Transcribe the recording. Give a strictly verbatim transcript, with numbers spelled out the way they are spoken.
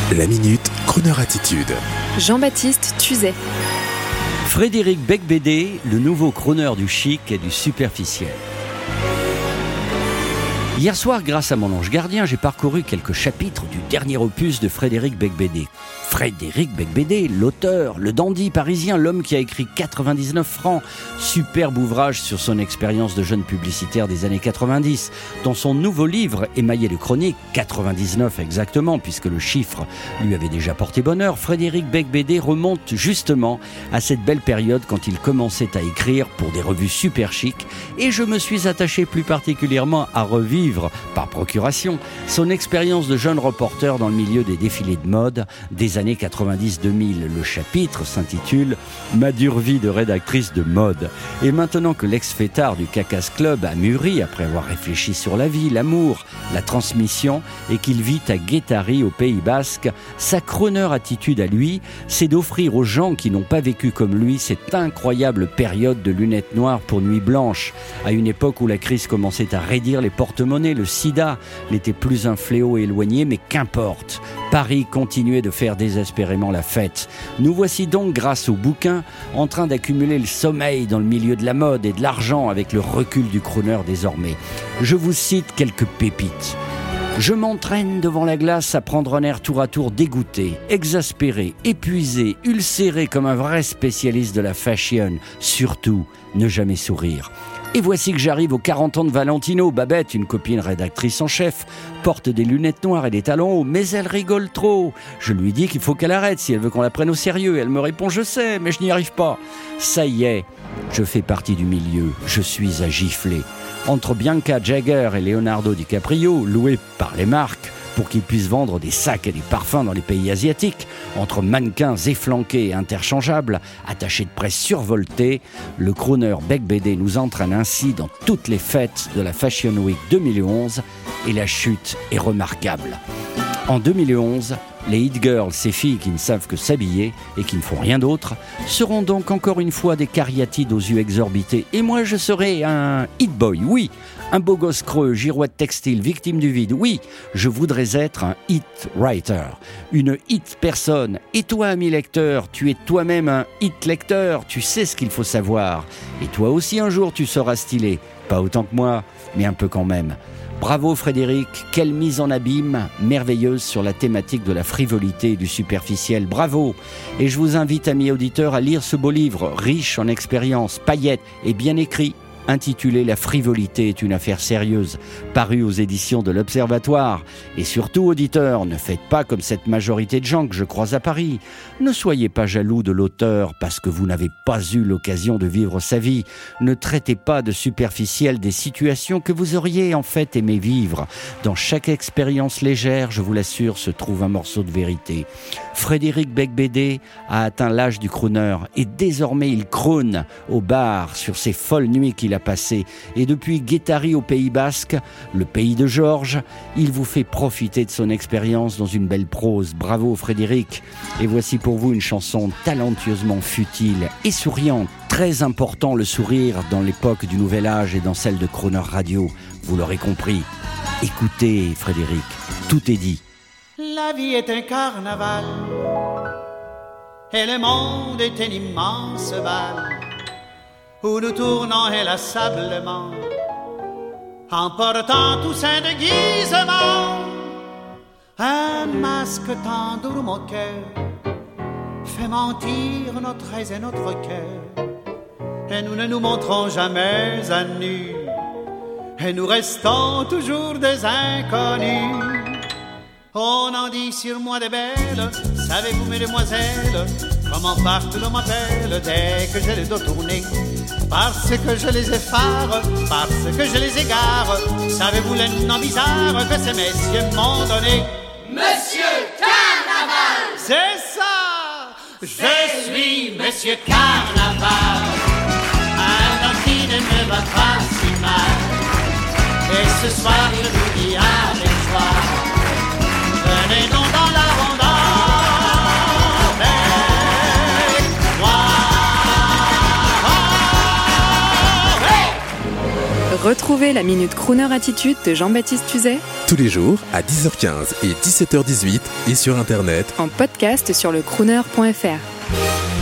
La Minute Crooner Attitude. Jean-Baptiste Tuzet. Frédéric Becbédé, le nouveau crooner du chic et du superficiel. Hier soir, grâce à mon ange gardien, j'ai parcouru quelques chapitres du dernier opus de Frédéric Becbédé. Frédéric Becbédé, l'auteur, le dandy parisien, l'homme qui a écrit quatre-vingt-dix-neuf francs, superbe ouvrage sur son expérience de jeune publicitaire des années quatre-vingt-dix. Dans son nouveau livre, émaillé de chroniques, quatre-vingt-dix-neuf exactement, puisque le chiffre lui avait déjà porté bonheur, Frédéric Becbédé remonte justement à cette belle période quand il commençait à écrire pour des revues super chic, et je me suis attaché plus particulièrement à revivre, par procuration, son expérience de jeune reporter dans le milieu des défilés de mode des années quatre-vingt-dix deux mille. Le chapitre s'intitule « Ma dure vie de rédactrice de mode ». Et maintenant que l'ex-fêtard du Cacas Club a mûri après avoir réfléchi sur la vie, l'amour, la transmission et qu'il vit à Guétari au Pays Basque, sa crooner attitude à lui, c'est d'offrir aux gens qui n'ont pas vécu comme lui cette incroyable période de lunettes noires pour nuit blanche, à une époque où la crise commençait à raidir les porte-monnaies. Le sida n'était plus un fléau éloigné, mais qu'importe. Paris continuait de faire désespérément la fête. Nous voici donc, grâce au bouquin, en train d'accumuler le sommeil dans le milieu de la mode et de l'argent avec le recul du crooner désormais. Je vous cite quelques pépites. Je m'entraîne devant la glace à prendre un air tour à tour dégoûté, exaspéré, épuisé, ulcéré comme un vrai spécialiste de la fashion. Surtout, ne jamais sourire. Et voici que j'arrive aux quarante ans de Valentino. Babette, une copine rédactrice en chef, porte des lunettes noires et des talons hauts, mais elle rigole trop. Je lui dis qu'il faut qu'elle arrête si elle veut qu'on la prenne au sérieux. Elle me répond « Je sais, mais je n'y arrive pas ». Ça y est, je fais partie du milieu. Je suis à gifler. Entre Bianca Jagger et Leonardo DiCaprio, loués par les marques, pour qu'ils puissent vendre des sacs et des parfums dans les pays asiatiques, entre mannequins efflanqués et interchangeables, attachés de presse survoltés, le crooner Becbédé nous entraîne ainsi dans toutes les fêtes de la Fashion Week deux mille onze, et la chute est remarquable. En deux mille onze, les hit girls, ces filles qui ne savent que s'habiller et qui ne font rien d'autre, seront donc encore une fois des cariatides aux yeux exorbités. Et moi, je serai un hit boy, oui, un beau gosse creux, girouette textile, victime du vide. Oui, je voudrais être un hit writer, une hit personne. Et toi, ami lecteur, tu es toi-même un hit lecteur, tu sais ce qu'il faut savoir. Et toi aussi, un jour, tu seras stylé. Pas autant que moi, mais un peu quand même. Bravo Frédéric, quelle mise en abîme merveilleuse sur la thématique de la frivolité et du superficiel. Bravo. Et je vous invite, amis auditeurs, à lire ce beau livre, riche en expériences, paillettes et bien écrit, intitulé « La frivolité est une affaire sérieuse », paru aux éditions de l'Observatoire. Et surtout, auditeurs, ne faites pas comme cette majorité de gens que je croise à Paris. Ne soyez pas jaloux de l'auteur parce que vous n'avez pas eu l'occasion de vivre sa vie. Ne traitez pas de superficiel des situations que vous auriez en fait aimé vivre. Dans chaque expérience légère, je vous l'assure, se trouve un morceau de vérité. Frédéric Becbédé a atteint l'âge du crooner et désormais il crône au bar sur ces folles nuits qu'il a passé. Et depuis Guétari au Pays Basque, le pays de Georges, il vous fait profiter de son expérience dans une belle prose. Bravo Frédéric. Et voici pour vous une chanson talentueusement futile et souriante. Très important le sourire dans l'époque du Nouvel Âge et dans celle de Crooner Radio. Vous l'aurez compris. Écoutez Frédéric, tout est dit. La vie est un carnaval et le monde est un immense bal où nous tournons inlassablement en portant tous un déguisement. Un masque tendre mon cœur fait mentir notre aise et notre cœur, et nous ne nous montrons jamais à nu, et nous restons toujours des inconnus. On en dit sur moi des belles, savez-vous mesdemoiselles, comment partout l'on m'appelle dès que j'ai le dos tourné, parce que je les effare, parce que je les égare. Savez-vous les noms bizarres que ces messieurs m'ont donné? Monsieur Carnaval! C'est ça! Je suis Monsieur Carnaval, un homme qui ne me va pas si mal, et ce soir je vous dis avec joie, venez donc dans la ronde avec moi. Retrouvez la Minute Crooner Attitude de Jean-Baptiste Tuzet Tous les jours à dix heures quinze et dix-sept heures dix-huit et sur internet En podcast sur le crooner point f r.